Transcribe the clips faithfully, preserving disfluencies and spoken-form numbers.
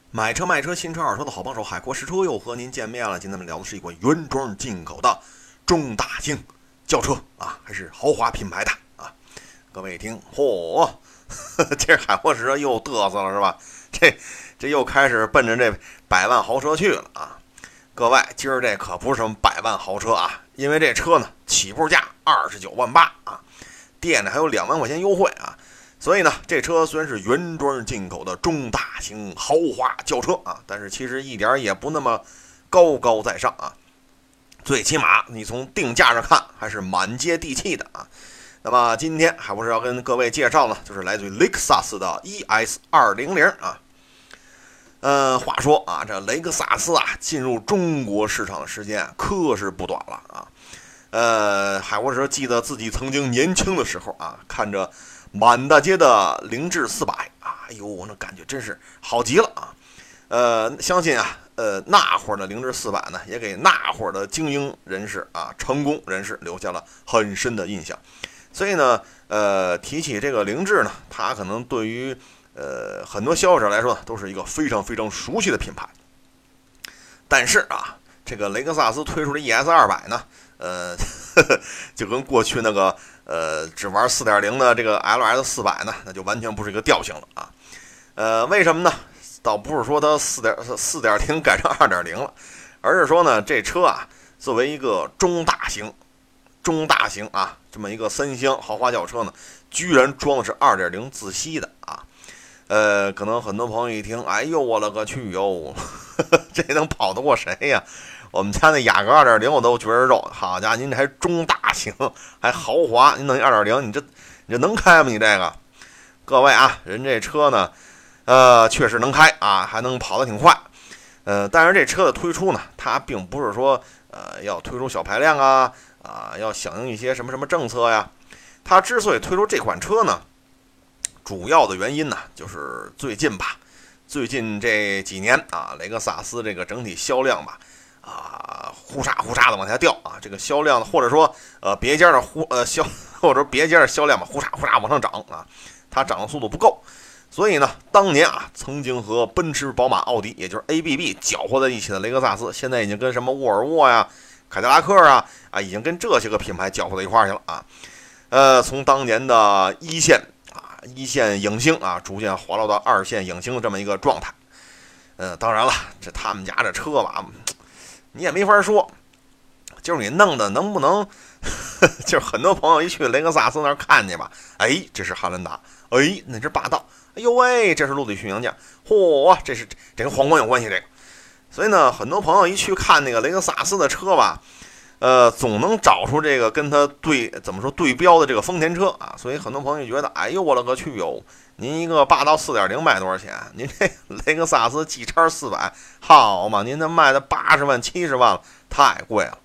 买车卖车新车二手车的好帮手海阔试车又和您见面了。今天咱们聊的是一款原装进口的中大型轿车啊，还是豪华品牌的啊。各位一听，嚯，这海阔试车又嘚瑟了是吧？这这又开始奔着这百万豪车去了啊。各位，今儿这可不是什么百万豪车啊，因为这车呢起步价二十九万八啊，店里还有两万块钱优惠啊。所以呢，这车虽然是原装进口的中大型豪华轿车啊，但是其实一点也不那么高高在上啊。最起码你从定价上看，还是蛮接地气的啊。那么今天还不是要跟各位介绍呢，就是来自于雷克萨斯的 E S 二零零啊。呃，话说啊，这雷克萨斯啊进入中国市场的时间可是不短了啊。呃，海沃士记得自己曾经年轻的时候啊，看着满大街的凌志四百啊，哎呦，那感觉真是好极了啊！呃，相信啊，呃，那会儿的凌志四百呢，也给那会儿的精英人士啊、成功人士留下了很深的印象。所以呢，呃，提起这个凌志呢，它可能对于呃很多消费者来说呢，都是一个非常非常熟悉的品牌。但是啊，这个雷克萨斯推出的 E S 二百呢，呃，呵呵就跟过去那个。呃，只玩 四点零 的这个 L S 四百呢，那就完全不是一个调性了啊。呃，为什么呢？倒不是说它 四点零 改成 二点零 了，而是说呢，这车啊，作为一个中大型、中大型啊这么一个三厢豪华轿车呢，居然装的是 二点零 自吸的啊。呃，可能很多朋友一听，哎呦我了个去哟，呵呵这能跑得过谁呀？我们家那雅阁 二点零 我都觉着肉，好家伙，您这还中大型还豪华，您弄一 二点零，你这你这能开吗？你这个，各位啊，人这车呢，呃，确实能开啊，还能跑得挺快，呃，但是这车的推出呢，它并不是说呃要推出小排量啊啊，要响应一些什么什么政策呀。它之所以推出这款车呢，主要的原因呢，就是最近吧，最近这几年啊，雷克萨斯这个整体销量吧。啊，呼嚓呼嚓的往下掉啊！这个销量，或者说呃别家的呼呃销，或者说别家的销量吧，呼嚓呼嚓往上涨啊，它涨的速度不够，所以呢，当年啊曾经和奔驰、宝马、奥迪，也就是 A B B 搅和在一起的雷克萨斯，现在已经跟什么沃尔沃呀、凯迪拉克啊啊，已经跟这些个品牌搅和到一块儿去了啊。呃，从当年的一线啊一线影星啊，逐渐滑落到二线影星的这么一个状态。呃，当然了，这他们家这车吧。你也没法说，就是你弄的能不能，就是很多朋友一去雷克萨斯那儿看去吧，哎，这是汉兰达，哎，那是霸道，哎呦喂，这是陆地巡洋舰，嚯，这是这跟皇冠有关系这个。所以呢，很多朋友一去看那个雷克萨斯的车吧，呃，总能找出这个跟它对怎么说对标的这个丰田车啊，所以很多朋友觉得，哎呦我勒个去哟！您一个霸道 四点零 卖多少钱？您这雷克萨斯 G 叉四百好嘛？您这卖的八十万、七十万了，太贵了。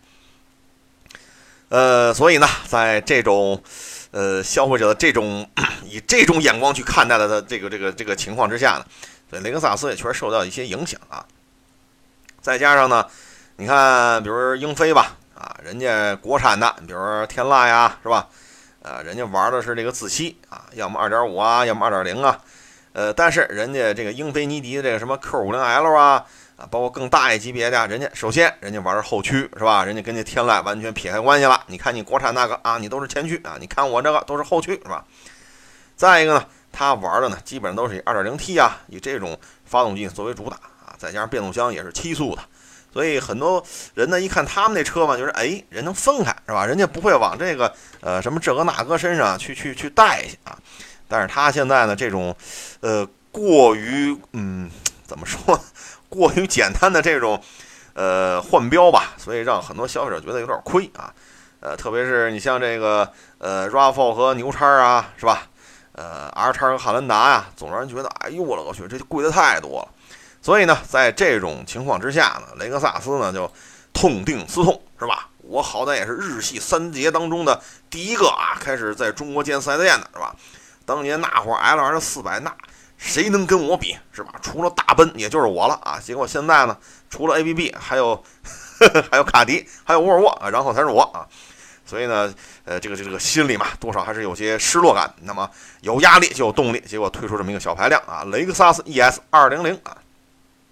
呃，所以呢，在这种呃消费者的这种以这种眼光去看待的这个这个这个情况之下呢，所以雷克萨斯也确实受到一些影响啊。再加上呢，你看，比如英菲吧，啊，人家国产的，比如天籁呀，是吧？呃，人家玩的是这个自吸啊，要么 二点五 啊，要么 二点零 啊，呃，但是人家这个英菲尼迪的这个什么 Q 五十 L 啊，啊，包括更大一级别的，人家首先人家玩的后驱是吧？人家跟这天籁完全撇开关系了。你看你国产那个啊，你都是前驱啊，你看我这个都是后驱是吧？再一个呢，他玩的呢基本上都是以 二点零 T 啊，以这种发动机作为主打啊，再加上变速箱也是七速的。所以很多人呢一看他们那车嘛，就是哎，人能分开是吧？人家不会往这个呃什么这个那个身上去去去带去啊。但是他现在呢这种呃过于嗯怎么说，过于简单的这种呃换标吧，所以让很多消费者觉得有点亏啊。呃，特别是你像这个呃 R A V 四 和牛叉啊，是吧？呃 R 叉和汉兰达呀，总让人觉得哎呦我勒个去，这贵的太多了。所以呢，在这种情况之下呢，雷克萨斯呢就痛定思痛，是吧？我好歹也是日系三杰当中的第一个啊，开始在中国建四 S 店的，是吧？当年那会儿 L S 四百，那谁能跟我比，是吧？除了大奔，也就是我了啊。结果现在呢，除了 A B B， 还有呵呵还有卡迪，还有沃尔沃啊，然后才是我啊。所以呢，呃，这个这个心里嘛，多少还是有些失落感。那么有压力就有动力，结果推出这么一个小排量啊，雷克萨斯 E S 二零零 啊。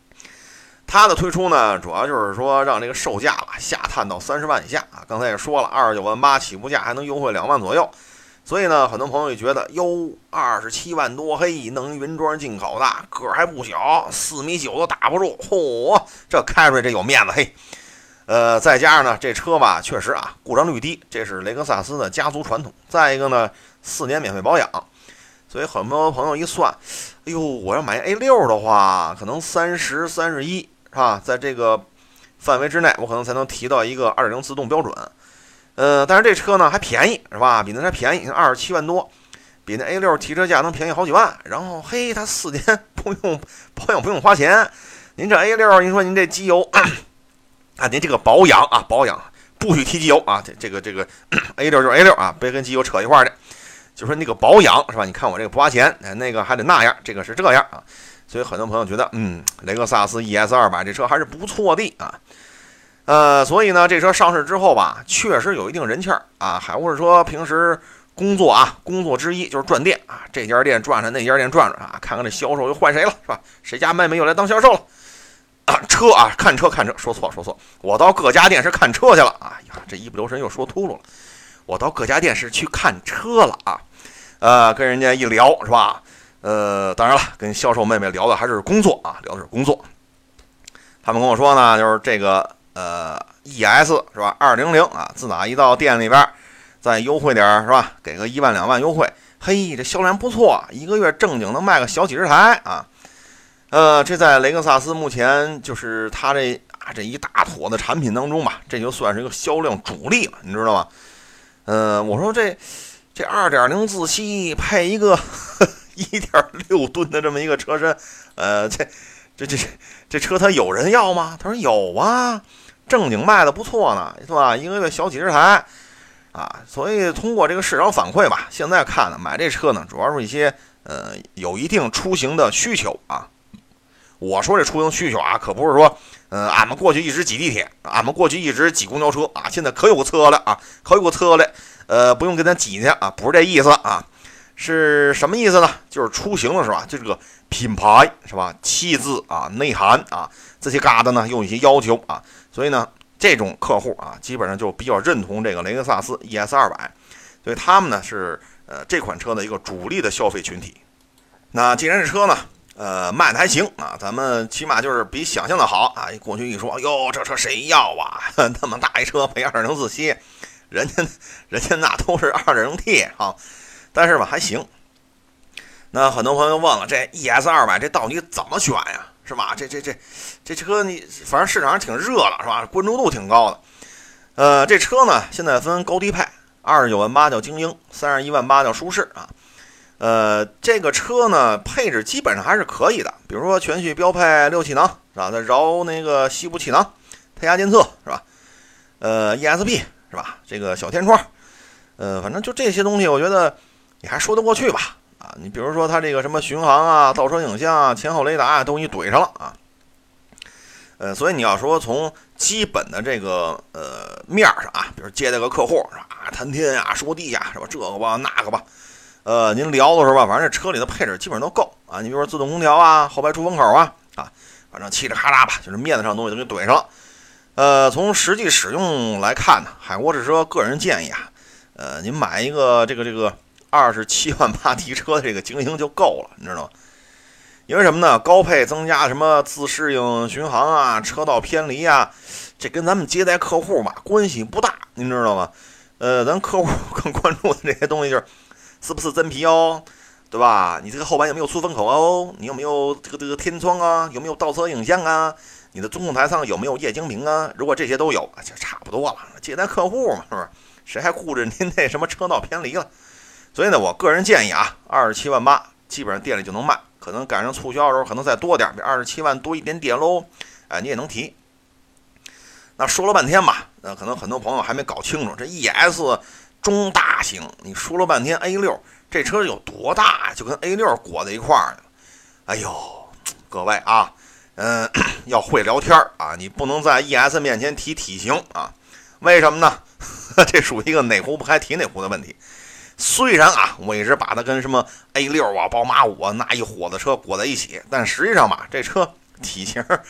它的推出呢，主要就是说让这个售价吧下探到三十万以下啊。刚才也说了，二十九万八起步价，还能优惠两万左右。所以呢，很多朋友也觉得，哟，二十七万多，嘿，能原装进口的，个儿还不小，四米九都打不住，嚯，这开出来这有面子，嘿。呃，再加上呢，这车吧，确实啊，故障率低，这是雷克萨斯的家族传统。再一个呢，四年免费保养，所以很多朋友一算，哎呦，我要买 A 六 的话，可能三十、三十一，是吧？在这个范围之内，我可能才能提到一个 二点零 自动标准。呃，但是这车呢还便宜，是吧？比那车便宜，二十七万多，比那 A 六 提车价能便宜好几万。然后，嘿，它四年不用保养，不用花钱。您这 A 六，您说您这机油啊，您这个保养啊，保养不许提机油啊。这这个这个 A 六 就是 A 六 啊，别跟机油扯一块儿去。就说那个保养是吧？你看我这个不花钱，那个还得那样，这个是这样啊。所以很多朋友觉得，嗯，雷克萨斯 E S 二百这车还是不错的啊。呃，所以呢，这车上市之后吧，确实有一定人气儿啊。海沃士车平时工作啊，工作之一就是转店啊，这家店转转，那家店转转啊，看看这销售又换谁了，是吧？谁家妹妹又来当销售了啊？车啊，看车看车，说错说错，我到各家店是看车去了。哎呀，这一不留神又说秃噜了，我到各家店是去看车了啊。呃，跟人家一聊是吧？呃，当然了，跟销售妹妹聊的还是工作啊，聊的是工作。他们跟我说呢，就是这个。呃 ，E S 是吧？二零零啊，自打一到店里边，再优惠点是吧？给个一万两万优惠，嘿，这销量不错，一个月正经能卖个小几十台啊。呃，这在雷克萨斯目前就是它这啊这一大坨的产品当中吧，这就算是一个销量主力了，你知道吗？呃，我说这这 二点零 自吸配一个 一点六 吨的这么一个车身，呃，这这这这车它有人要吗？他说有啊。正经卖的不错呢，是吧？一个月小几十台，啊，所以通过这个市场反馈吧，现在看呢，买这车呢，主要是一些呃有一定出行的需求啊。我说这出行需求啊，可不是说，呃，俺们过去一直挤地铁，俺们过去一直挤公交车啊，现在可有个车了啊，可有个车了，呃，不用跟咱挤去啊，不是这意思啊，是什么意思呢？就是出行的是吧？就这个品牌是吧？气质啊，内涵啊，这些嘎达呢，有一些要求啊。所以呢，这种客户啊，基本上就比较认同这个雷克萨斯 E S 二百，所以他们呢是呃这款车的一个主力的消费群体。那既然这车呢，呃卖的还行啊，咱们起码就是比想象的好啊。过去一说，哟，这车谁要啊？那么大一车配二点零自吸，人家人家那都是二点零 T 啊，但是吧还行。那很多朋友问了，这 E S 二百这到底怎么选呀？是吧？这这这这车你反正市场上挺热了，是吧？关注度挺高的。呃，这车呢现在分高低配，二十九万八叫精英，三十一万八叫舒适啊。呃，这个车呢配置基本上还是可以的，比如说全系标配六气囊，是吧？再饶那个西部气囊，胎压监测，是吧？呃 ，E S P 是吧？这个小天窗，呃，反正就这些东西，我觉得你还说得过去吧。啊，你比如说它这个什么巡航啊、倒车影像啊、前后雷达啊，都给你怼上了啊。呃，所以你要说从基本的这个呃面上啊，比如接待个客户是吧，谈天呀、说地呀，是吧？这个吧那个吧，呃，您聊的时候吧，反正这车里的配置基本上都够啊。你比如说自动空调啊、后排出风口啊，啊，反正嘁哩咔嚓吧，就是面子上的东西都给怼上了。呃，从实际使用来看呢，海沃士车个人建议啊，呃，您买一个这个这个。二十七万八提车的这个精英就够了，你知道吗？因为什么呢？高配增加什么自适应巡航啊、车道偏离啊，这跟咱们接待客户吧关系不大，您知道吗？呃，咱客户更关注的这些东西就是是不是真皮哦，对吧？你这个后排有没有出风口哦？你有没有这个这个天窗啊？有没有倒车影像啊？你的中控台上有没有液晶屏啊？如果这些都有，就差不多了。接待客户嘛，是不是？谁还顾着您那什么车道偏离了？所以呢，我个人建议啊，二十七万八基本上店里就能卖，可能赶上促销的时候可能再多点，比二十七万多一点点喽，哎，你也能提。那说了半天吧，那可能很多朋友还没搞清楚，这 E S 中大型，你说了半天 A 六 这车有多大，就跟 A 六 裹在一块儿了。哎呦，各位啊，嗯、呃，要会聊天啊，你不能在 E S 面前提体型啊，为什么呢？这属于一个哪壶不开提哪壶的问题。虽然啊，我一直把它跟什么 A 六 啊、宝马五啊那一伙子车裹在一起，但实际上吧，这车体型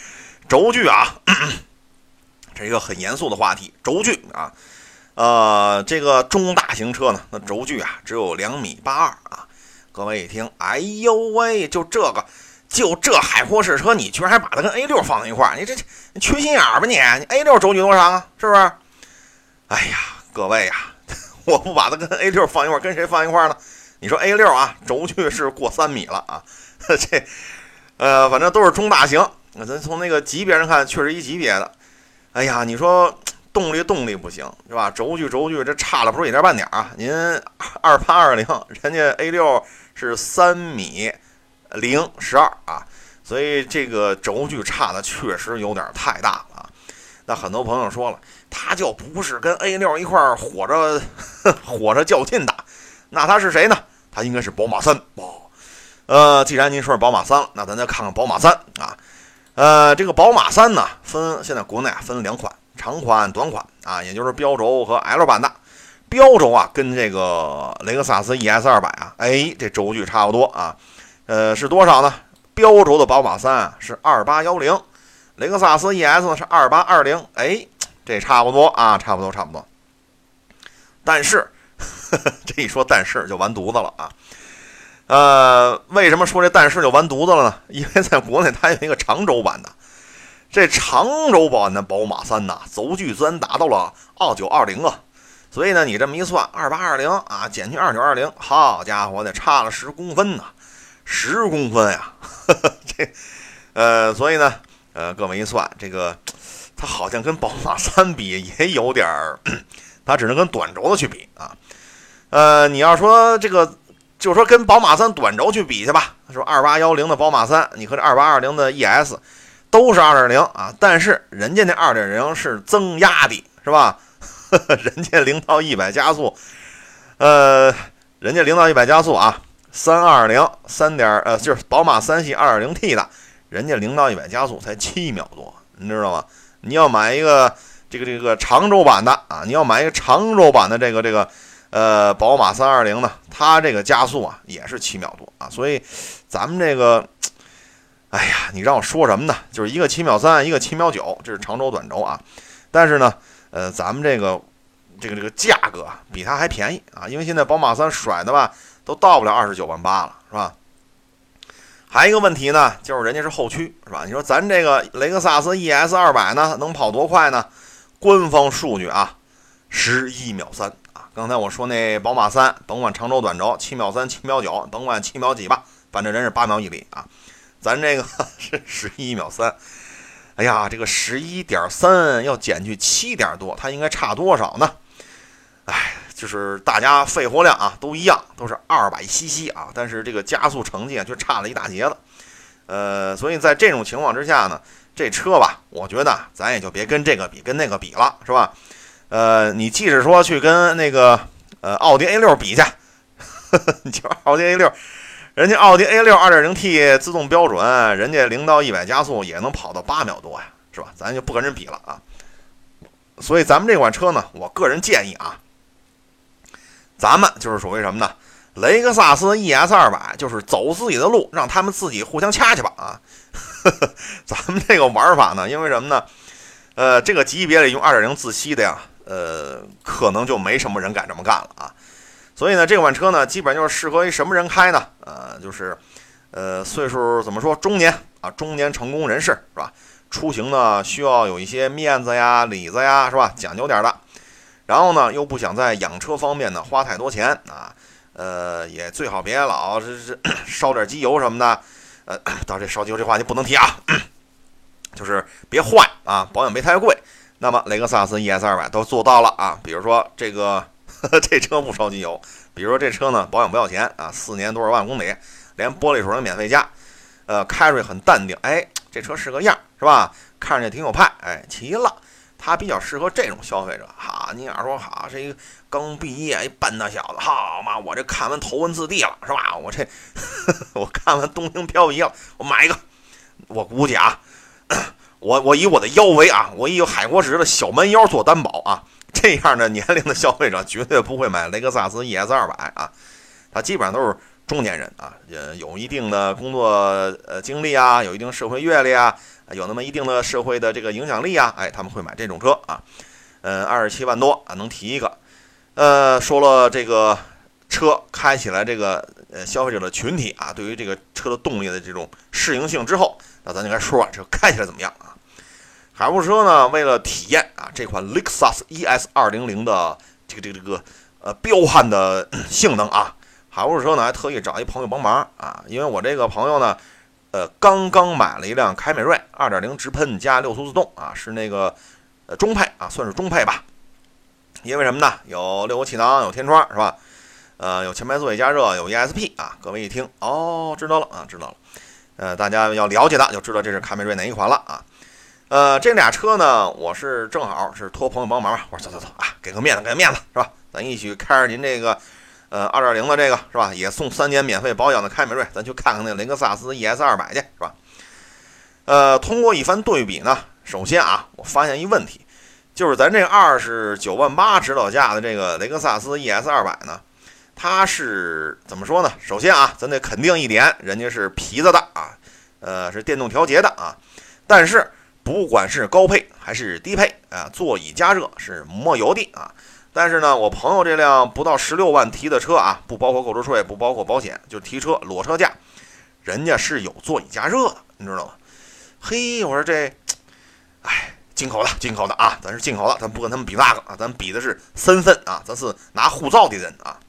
轴距啊，咳咳这是一个很严肃的话题。轴距啊，呃，这个中大型车呢，那轴距啊只有两米八二啊。各位一听，哎呦喂，就这个，就这海阔士车，你居然还把它跟 A 六 放在一块儿，你这这你缺心眼儿吧你？你 A 六 轴距多长啊？是不是？哎呀，各位呀、啊，我不把它跟 A 六 放一块儿，跟谁放一块儿呢？你说 A 六 啊，轴距是过三米了啊，这呃，反正都是中大型。咱从那个级别上看，确实一级别的。哎呀，你说动力动力不行是吧？轴距轴距这差了不是一点半点啊！您二八二零，人家 A 六 是三米零十二啊，所以这个轴距差的确实有点太大了啊。那很多朋友说了，他就不是跟 A 六 一块儿火着火着较劲的，那他是谁呢？他应该是宝马三哦。呃，既然您说是宝马三了，那咱再看看宝马三啊。呃，这个宝马三呢，分现在国内啊分两款，长款、短款啊，也就是标轴和 L 版的。标轴啊，跟这个雷克萨斯 E S 二百啊，哎，这轴距差不多啊。呃，是多少呢？标轴的宝马三啊是二八一零，雷克萨斯 E S 呢是二八二零，哎，这差不多啊，差不多差不多。但是呵呵这一说但是就完犊子了啊。呃，为什么说这但是就完犊子了呢？因为在国内它有一个长轴版的，这长轴版的宝马三呐，轴距居然达到了二九二零啊！所以呢，你这么一算，二八二零啊减去二九二零，好家伙的，差了十公分呐，十公分呀！呵呵这呃，所以呢，呃，各位一算，这个它好像跟宝马三比也有点儿，它只能跟短轴的去比啊。呃，你要说这个。就是说跟宝马三短轴去比去吧，说二八一零的宝马三，你和这二八二零的 E S 都是 二点零 啊，但是人家那 二点零 是增压的，是吧？呵呵人家零到一百加速，呃，人家零到一百加速啊，三二零三点呃就是宝马三系 二点零 T 的，人家零到一百加速才七秒多，你知道吗？你要买一个这个这个长轴版的啊，你要买一个长轴版的这个这个。呃，宝马三二零呢，它这个加速啊也是七秒多啊，所以咱们这个，哎呀，你让我说什么呢？就是一个七秒三，一个七秒九，这是长轴短轴啊。但是呢，呃，咱们这个这个这个价格比它还便宜啊，因为现在宝马三甩的吧都到不了二十九万八了，是吧？还有一个问题呢，就是人家是后驱，是吧？你说咱这个雷克萨斯 E S 二百呢，能跑多快呢？官方数据啊，十一秒三。刚才我说那宝马三，甭管长轴短轴，七秒三、七秒九，甭管七秒几吧，反正人是八秒一里啊，咱这个是十一秒三。哎呀，这个十一点三要减去七点多，它应该差多少呢？哎，就是大家肺活量啊都一样，都是二百 C C 啊，但是这个加速成绩啊却差了一大截子。呃，所以在这种情况之下呢，这车吧，我觉得咱也就别跟这个比，跟那个比了，是吧？呃，你即使说去跟那个呃奥迪 A 六 比去，呵呵你就奥迪 A 六，人家奥迪 A 六 二点零 T 自动标准，人家零到一百加速也能跑到八秒多呀，是吧？咱就不跟人比了啊。所以咱们这款车呢，我个人建议啊，咱们就是属于什么呢？雷克萨斯 E S 二百就是走自己的路，让他们自己互相掐去吧啊！呵呵咱们这个玩法呢，因为什么呢？呃，这个级别里用 二点零 自吸的呀。呃，可能就没什么人敢这么干了啊，所以呢，这款车呢，基本就是适合于什么人开呢？呃，就是呃，岁数怎么说，中年啊，中年成功人士是吧？出行呢需要有一些面子呀、里子呀，是吧？讲究点的。然后呢，又不想在养车方面呢花太多钱啊，呃，也最好别老这这烧点机油什么的。呃，到这烧机油这话就不能提啊，就是别坏啊，保养别太贵。那么雷克萨斯 E S 二百都做到了啊，比如说这个呵呵这车不烧机油，比如说这车呢保养不要钱啊，四年多少万公里，连玻璃水能免费加，呃，开着很淡定，哎，这车是个样是吧？看着也挺有派，哎，齐了，它比较适合这种消费者。哈，你要说哈，这个刚毕业一笨大小子，好嘛，我这看完头文字 D 了是吧？我这呵呵我看完东京漂移了，我买一个，我估计啊。我我以我的腰围啊，我以有海阔士的小蛮腰做担保啊，这样的年龄的消费者绝对不会买雷克萨斯 E S 二百啊，它基本上都是中年人啊，呃，有一定的工作呃经历啊，有一定社会阅历啊，有那么一定的社会的这个影响力啊，哎，他们会买这种车啊，呃，二十七万多啊，能提一个。呃，说了这个车开起来，这个呃消费者的群体啊，对于这个车的动力的这种适应性之后，那咱就该说说这开起来怎么样啊？海沃士车呢，为了体验啊这款雷克萨斯 E S 二零零的这个这个这个呃彪悍的性能啊，海沃士车呢还特意找一朋友帮忙啊，因为我这个朋友呢，呃刚刚买了一辆凯美瑞 二点零 直喷加六速自动啊，是那个呃中配啊，算是中配吧。因为什么呢？有六个气囊，有天窗，是吧？呃，有前排座椅加热，有 E S P 啊。各位一听，哦，知道了啊，知道了。呃，大家要了解的就知道这是凯美瑞哪一款了啊。呃，这俩车呢，我是正好是托朋友帮忙吧。我说走走走啊，给个面子，给个面子，是吧？咱一起开着您这个呃二点零的这个是吧？也送三年免费保养的凯美瑞，咱去看看那雷克萨斯 E S 二百去，是吧？呃，通过一番对比呢，首先啊，我发现一问题。就是咱这二十九万八指导价的这个雷克萨斯 E S 二百呢，它是怎么说呢？首先啊，咱得肯定一点，人家是皮子的啊，呃，是电动调节的啊。但是不管是高配还是低配啊，座椅加热是没有的啊。但是呢，我朋友这辆不到十六万提的车啊，不包括购置税，不包括保险，就提车裸车价，人家是有座椅加热的，你知道吗？嘿，我说这，哎。进口的，进口的啊，咱是进口的，咱不跟他们比那个啊，咱比的是身份啊，咱是拿护照的人啊。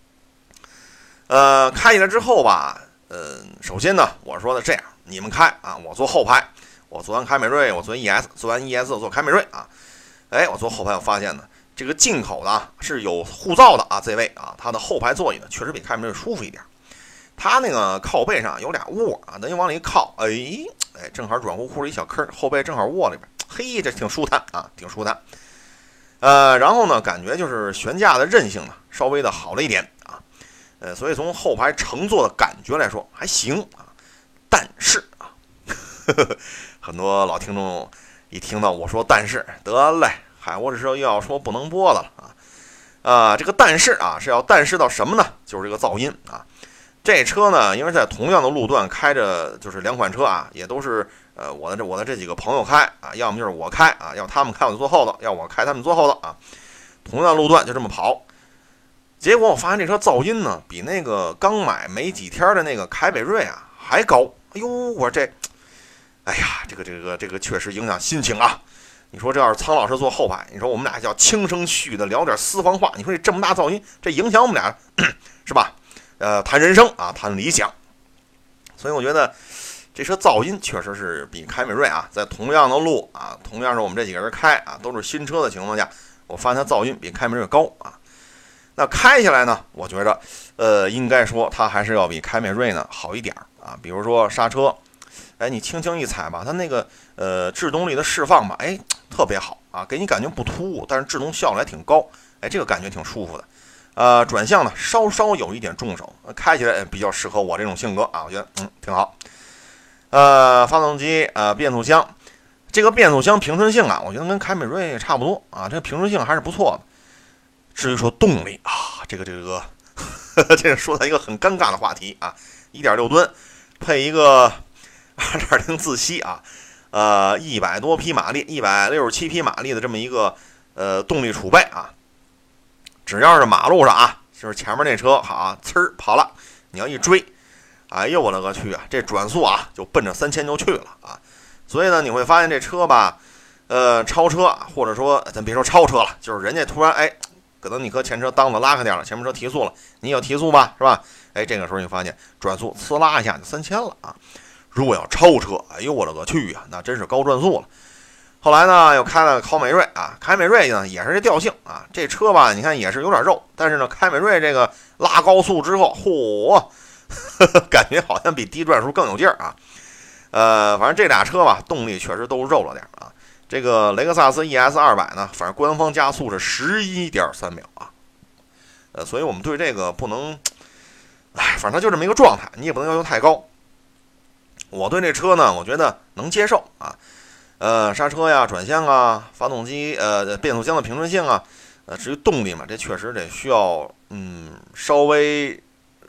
呃，开起来之后吧，呃，首先呢，我说的这样，你们开啊，我坐后排，我坐完凯美瑞，我坐 E S， 坐完 E S 我坐凯美瑞啊。哎，我坐后排，我发现呢，这个进口的啊是有护照的啊，这位啊，它的后排座椅呢确实比凯美瑞舒服一点。它那个靠背上有俩窝啊，等于往里一靠，哎哎，正好软乎乎的一小坑，后背正好窝里边。嘿，这挺舒坦啊，挺舒坦。呃，然后呢，感觉就是悬架的韧性呢，稍微的好了一点啊。呃，所以从后排乘坐的感觉来说还行啊。但是啊，呵呵很多老听众一听到我说但是，得嘞，海沃士车又要说不能播的了啊。啊，这个但是啊，是要但是到什么呢？就是这个噪音啊。这车呢，因为在同样的路段开着，就是两款车啊，也都是。呃，我的这我的这几个朋友开啊，要么就是我开啊，要他们开我就坐后头，要我开他们坐后头啊。同样路段就这么跑，结果我发现这车噪音呢，比那个刚买没几天的那个凯美瑞啊还高。哎呦，我说这，哎呀，这个这个这个确实影响心情啊。你说这要是苍老师坐后排，你说我们俩叫轻声细语的聊点私房话，你说这这么大噪音，这影响我们俩是吧？呃，谈人生啊，谈理想，所以我觉得。这车噪音确实是比凯美瑞啊，在同样的路啊，同样是我们这几个人开啊，都是新车的情况下，我发现它噪音比凯美瑞高啊。那开下来呢，我觉着，呃，应该说它还是要比凯美瑞呢好一点啊。比如说刹车，哎，你轻轻一踩吧，它那个呃制动力的释放吧，哎，特别好啊，给你感觉不突兀，但是制动效率还挺高，哎，这个感觉挺舒服的。呃，转向呢稍稍有一点重手，开起来比较适合我这种性格啊，我觉得嗯挺好。呃，发动机呃变速箱，这个变速箱平顺性啊，我觉得跟凯美瑞差不多啊，这个平顺性还是不错的。至于说动力啊，这个这个呵呵这是说到一个很尴尬的话题啊， 一点六 吨配一个 二点零 自吸啊，呃一百多匹马力，一百六十七匹马力的这么一个呃动力储备啊，只要是马路上啊，就是前面那车好啊，呲儿跑了，你要一追。哎呦我勒个去啊！这转速啊，就奔着三千就去了啊！所以呢，你会发现这车吧，呃，超车或者说咱别说超车了，就是人家突然哎，可能你和前车档子拉开点了，前面车提速了，你有提速吧，是吧？哎，这个时候你发现转速呲啦一下就三千了啊！如果要超车，哎呦我勒个去啊，那真是高转速了。后来呢，又开了凯美瑞啊，凯美瑞呢也是这调性啊，这车吧，你看也是有点肉，但是呢，凯美瑞这个拉高速之后，嚯！感觉好像比低转速更有劲儿啊，呃，反正这俩车吧，动力确实都肉了点啊。这个雷克萨斯 E S 二百呢，反正官方加速是 十一点三秒啊，呃，所以我们对这个不能，哎，反正就这么一个状态，你也不能要求太高。我对这车呢，我觉得能接受啊，呃，刹车呀、转向啊、发动机、呃，变速箱的平顺性啊，呃，至于动力嘛，这确实得需要，嗯，稍微。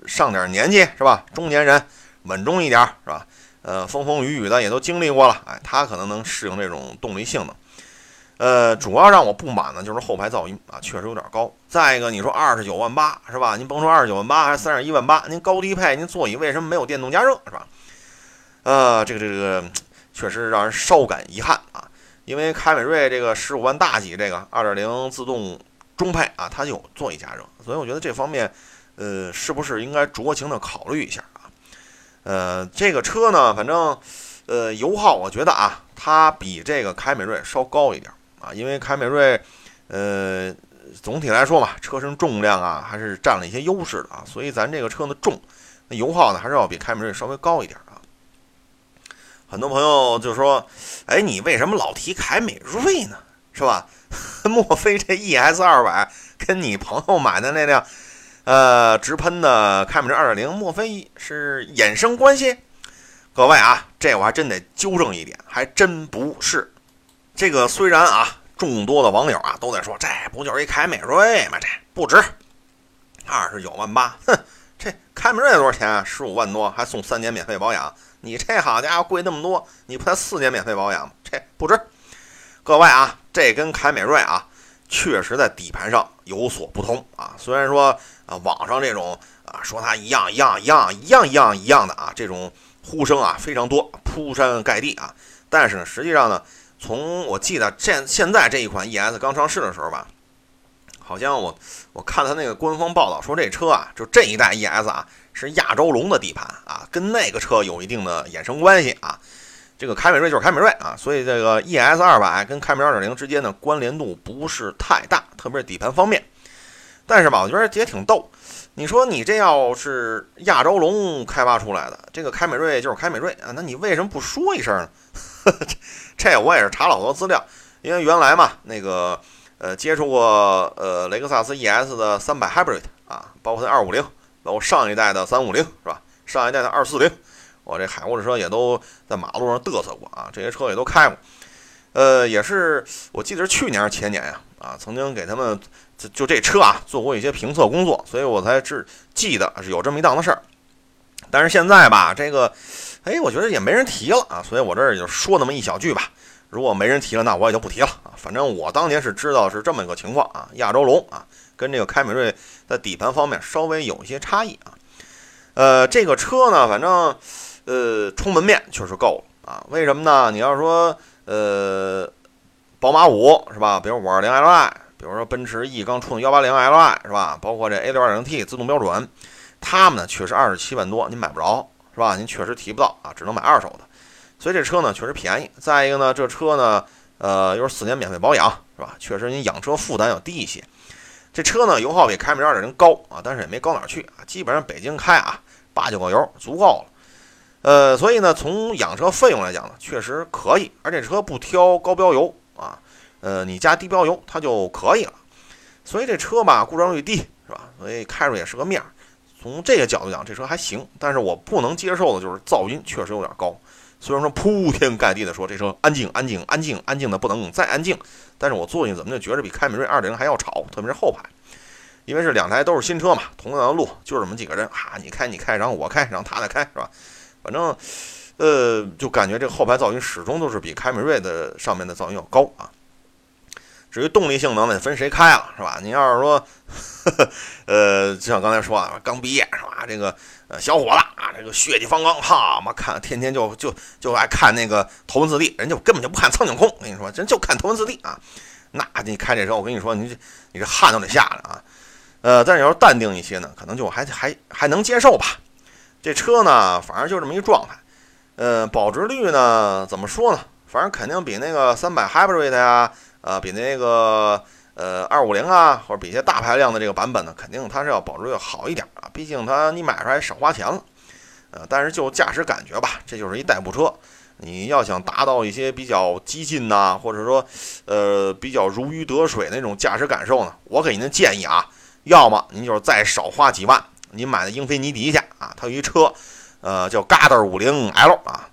上点年纪是吧，中年人稳重一点是吧，呃，风风雨雨的也都经历过了，哎，他可能能适应这种动力性能。呃，主要让我不满的就是后排噪音啊，确实有点高。再一个，你说二十九万八是吧？您甭说二十九万八，还是三十一万八，您高低配，您座椅为什么没有电动加热是吧？呃，这个这个确实让人稍感遗憾啊。因为凯美瑞这个十五万大几这个二点零自动中配啊，它就有座椅加热，所以我觉得这方面，呃，是不是应该酌情的考虑一下啊？呃，这个车呢，反正，呃，油耗我觉得啊，它比这个凯美瑞稍高一点啊，因为凯美瑞，呃，总体来说嘛，车身重量啊还是占了一些优势的啊，所以咱这个车呢重，那油耗呢还是要比凯美瑞稍微高一点啊。很多朋友就说，哎，你为什么老提凯美瑞呢？是吧？莫非这 E S 二百跟你朋友买的那辆，呃，直喷的凯美瑞二点零，莫非是衍生关系？各位啊，这我还真得纠正一点，还真不是。这个虽然啊，众多的网友啊都在说，这不就是一凯美瑞吗？这不值二十九万八，哼，这凯美瑞多少钱啊？十五万多，还送三年免费保养。你这好家伙贵那么多，你不才四年免费保养吗？这不值。各位啊，这跟凯美瑞啊，确实在底盘上有所不同啊。虽然说啊，网上这种啊说它一样一样一样一样一样一样的啊，这种呼声啊非常多，铺山盖地啊。但是呢，实际上呢，从我记得现现在这一款 E S 刚上市的时候吧，好像我我看他那个官方报道说，这车啊，就这一代 E S 啊，是亚洲龙的底盘啊，跟那个车有一定的衍生关系啊。这个凯美瑞就是凯美瑞啊，所以这个 E S 二百跟凯美瑞 二点零 之间的关联度不是太大，特别是底盘方面。但是吧，我觉得也挺逗。你说你这要是亚洲龙开发出来的，这个凯美瑞就是凯美瑞啊，那你为什么不说一声呢？这我也是查了好多资料，因为原来嘛，那个呃接触过呃雷克萨斯 E S 的三百 Hybrid 啊，包括它二五零，包括上一代的三五零是吧？上一代的二四零。我这海沃的车也都在马路上嘚瑟过啊，这些车也都开过，呃，也是我记得是去年还是前年呀，啊，曾经给他们就就这车啊做过一些评测工作，所以我才知记得是有这么一档子事儿。但是现在吧，这个，哎，我觉得也没人提了啊，所以我这儿就说那么一小句吧。如果没人提了，那我也就不提了啊。反正我当年是知道是这么一个情况啊，亚洲龙啊，跟这个凯美瑞在底盘方面稍微有一些差异啊。呃，这个车呢，反正。呃，充门面确实够了啊？为什么呢？你要说呃，宝马五是吧？比如五二零 L I， 比如说奔驰 E 刚出的一八零 L I 是吧？包括这 A 六 二点零 T 自动标准，他们呢确实二十七万多，您买不着是吧？您确实提不到啊，只能买二手的。所以这车呢确实便宜。再一个呢，这车呢呃又是四年免费保养是吧？确实您养车负担要低一些。这车呢油耗比凯美瑞 二点零 高啊，但是也没高哪去啊，基本上北京开啊八九个油足够了。呃，所以呢，从养车费用来讲呢，确实可以，而且车不挑高标油啊，呃，你加低标油它就可以了。所以这车吧，故障率低是吧？所以开着也是个面儿。从这个角度讲，这车还行。但是我不能接受的就是噪音确实有点高。虽然说铺天盖地的说这车安静、安静、安静、安静的不能再安静，但是我坐进去怎么就觉得比凯美瑞 二点零 还要吵，特别是后排。因为是两台都是新车嘛，同样的路就这么几个人啊，你开你开，然后我开，然后他再开是吧？反正，呃，就感觉这个后排噪音始终都是比凯美瑞的上面的噪音要高啊。至于动力性能呢，分谁开了是吧？你要是说，呵呵呃，就像刚才说啊，刚毕业是吧？这个呃小伙子啊，这个血气方刚，哈嘛看天天就就就爱看那个头文字 D， 人家根本就不看苍井空，跟你说，人就看头文字 D 啊。那你开这车，我跟你说，你这你这汗都得下来啊。呃，但是要是淡定一些呢，可能就还还还能接受吧。这车呢，反正就这么一状态，呃，保值率呢，怎么说呢？反正肯定比那个三百 Hybrid 呀，呃，比那个呃二五零啊，或者比一些大排量的这个版本呢，肯定它是要保值率要好一点啊。毕竟它你买出来少花钱了，呃，但是就驾驶感觉吧，这就是一代步车。你要想达到一些比较激进呐、啊，或者说呃比较如鱼得水那种驾驶感受呢，我给您建议啊，要么您就是再少花几万。你买的英菲尼迪去啊，它有一车，呃，叫 G A D五零 L 啊。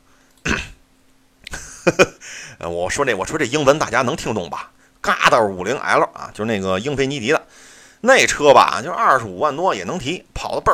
我说这我说这英文大家能听懂吧 ？G A D五零 L 啊，就是那个英菲尼迪的那车吧，就二十五万多也能提，跑得倍儿快，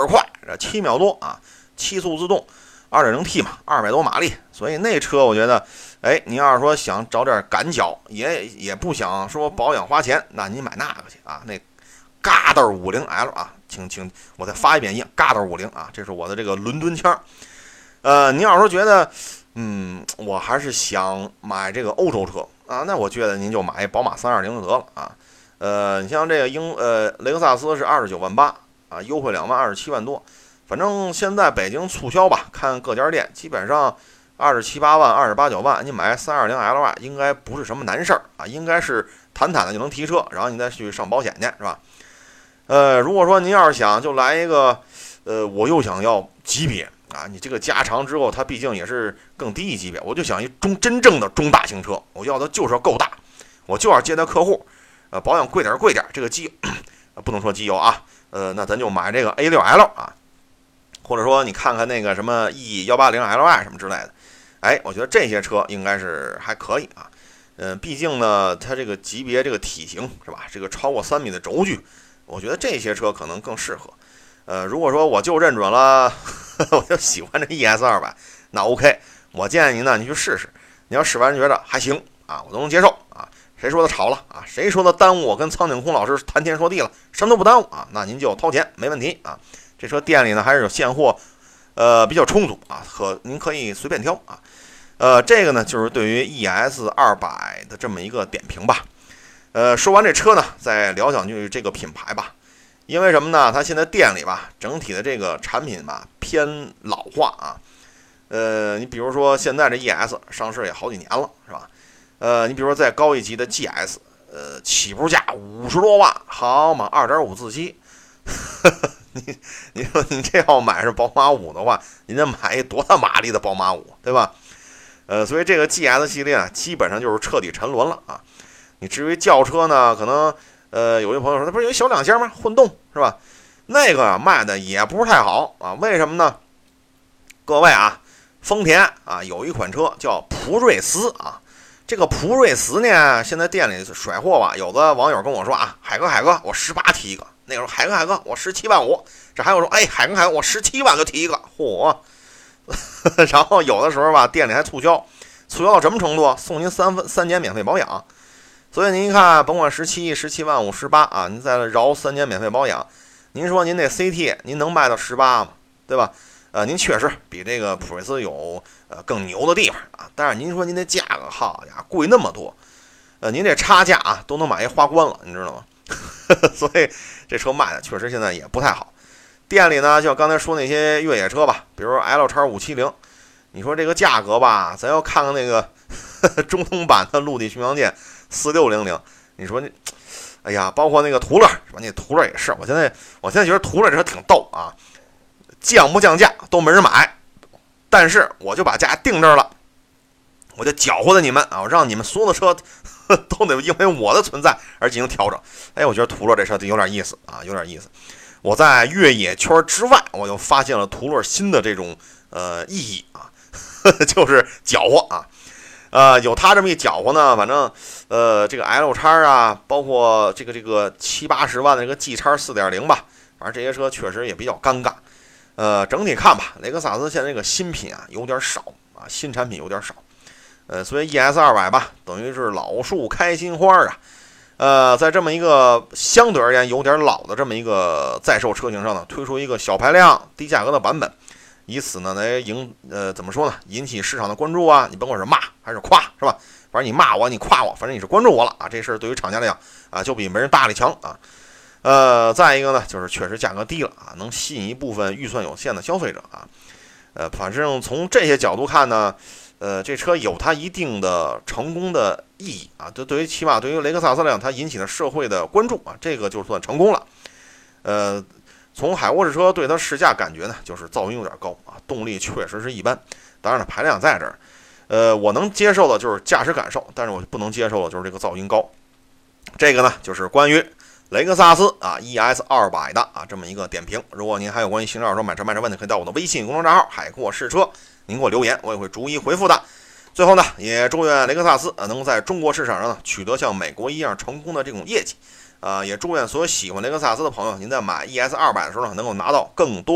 这七秒多啊，七速自动 二点零 T 嘛，二百多马力，所以那车我觉得，哎，你要是说想找点赶脚，也也不想说保养花钱，那你买那个去啊，那嘎达 五十 L 啊，请请我再发一遍音，嘎达 五十 啊，这是我的这个伦敦腔。呃，你要是说觉得，嗯，我还是想买这个欧洲车啊，那我觉得您就买宝马三二零就得了啊。呃，你像这个英呃雷克萨斯是二十九万八啊，优惠两万，二十七万多。反正现在北京促销吧，看各家店基本上二十七八万、二十八九万，你买三二零 L Y 应该不是什么难事儿啊，应该是坦坦的就能提车，然后你再去上保险去，是吧？呃，如果说您要是想就来一个，呃，我又想要级别啊，你这个加长之后，它毕竟也是更低一级别，我就想一中真正的中大型车，我要的就是要够大，我就要接待客户，呃，保养贵点贵点，这个机不能说机油啊，呃，那咱就买这个 A 六 L 啊。或者说你看看那个什么 E 一八零 L Y 什么之类的，哎，我觉得这些车应该是还可以啊。嗯、呃，毕竟呢，它这个级别、这个体型是吧？这个超过三米的轴距，我觉得这些车可能更适合。呃，如果说我就认准了，呵呵我就喜欢这 E S 二百，那 OK， 我建议您呢，你去试试。你要试完觉得还行啊，我都能接受啊。谁说的吵了啊？谁说的耽误我跟苍井空老师谈天说地了？什么都不耽误啊，那您就掏钱没问题啊。这车店里呢还是有现货，呃比较充足啊，可您可以随便挑啊。呃，这个呢就是对于 E S 二百的这么一个点评吧。呃，说完这车呢，再聊两句这个品牌吧。因为什么呢？它现在店里吧，整体的这个产品吧偏老化啊。呃，你比如说现在这 E S 上市也好几年了，是吧？呃，你比如说再高一级的 G S， 呃，起步价五十多万，好嘛， 二点五 自吸。你你说你这要买是宝马五的话，你得买一多大马力的宝马五，对吧？呃，所以这个 G S 系列啊，基本上就是彻底沉沦了啊。你至于轿车呢，可能呃有些朋友说，它不是有一小两厢吗？混动是吧？那个啊卖的也不是太好啊。为什么呢？各位啊，丰田啊有一款车叫普锐斯啊。这个普锐斯呢，现在店里甩货吧，有的网友跟我说啊，海哥海哥，我十八提一个。那个时候海哥海哥我十七万五，这还有说哎海哥海哥我十七万就提一个，嚯！然后有的时候吧店里还促销，促销到什么程度？送您三分三年免费保养。所以您看，甭管十七、十七万五、十八啊，您再饶三年免费保养，您说您那 C T 您能卖到十八吗？对吧？呃，您确实比这个普锐斯有呃更牛的地方啊，但是您说您那价格好家伙贵那么多，呃，您这差价啊都能买一花冠了，你知道吗？所以这车卖的确实现在也不太好。店里呢，就像刚才说那些越野车吧，比如 L 叉五七零，你说这个价格吧，咱要看看那个呵呵中通版的陆地巡洋舰四六零零，你说那，哎呀，包括那个途乐是吧？那途乐也是，我现在我现在觉得途乐这车挺逗啊，降不降价都没人买，但是我就把价定这儿了，我就搅和了你们啊，我让你们所有的车都得因为我的存在而进行调整。哎，我觉得途乐这车有点意思啊，有点意思。我在越野圈之外，我又发现了途乐新的这种呃意义啊，呵呵就是搅和啊。呃，有它这么一搅和呢，反正呃这个 L 叉啊，包括这个这个七八十万的这个 G 叉 四点零吧，反正这些车确实也比较尴尬。呃，整体看吧，雷克萨斯现在这个新品啊有点少啊，新产品有点少。呃，所以 E S 二百吧，等于是老树开新花啊。呃，在这么一个相对而言有点老的这么一个在售车型上呢，推出一个小排量、低价格的版本，以此呢来引呃怎么说呢，引起市场的关注啊。你甭管是骂还是夸，是吧？反正你骂我，你夸我，反正你是关注我了啊。这事儿对于厂家来讲啊，就比没人大力强啊。呃，再一个呢，就是确实价格低了啊，能吸引一部分预算有限的消费者啊。呃，反正从这些角度看呢。呃，这车有它一定的成功的意义啊，这对于起码对于雷克萨斯来讲，它引起了社会的关注啊，这个就算成功了。呃，从海沃士车对它试驾感觉呢，就是噪音有点高啊，动力确实是一般，当然了，排量在这儿。呃，我能接受的就是驾驶感受，但是我不能接受的就是这个噪音高。这个呢，就是关于雷克萨斯啊 E S 二百的啊这么一个点评。如果您还有关于新车、二手车买车卖车问题，可以到我的微信公众账号海阔试车。您给我留言，我也会逐一回复的。最后呢，也祝愿雷克萨斯啊能在中国市场上呢取得像美国一样成功的这种业绩，啊、呃，也祝愿所有喜欢雷克萨斯的朋友，您在买 E S 二百的时候呢，能够拿到更多的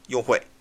优惠。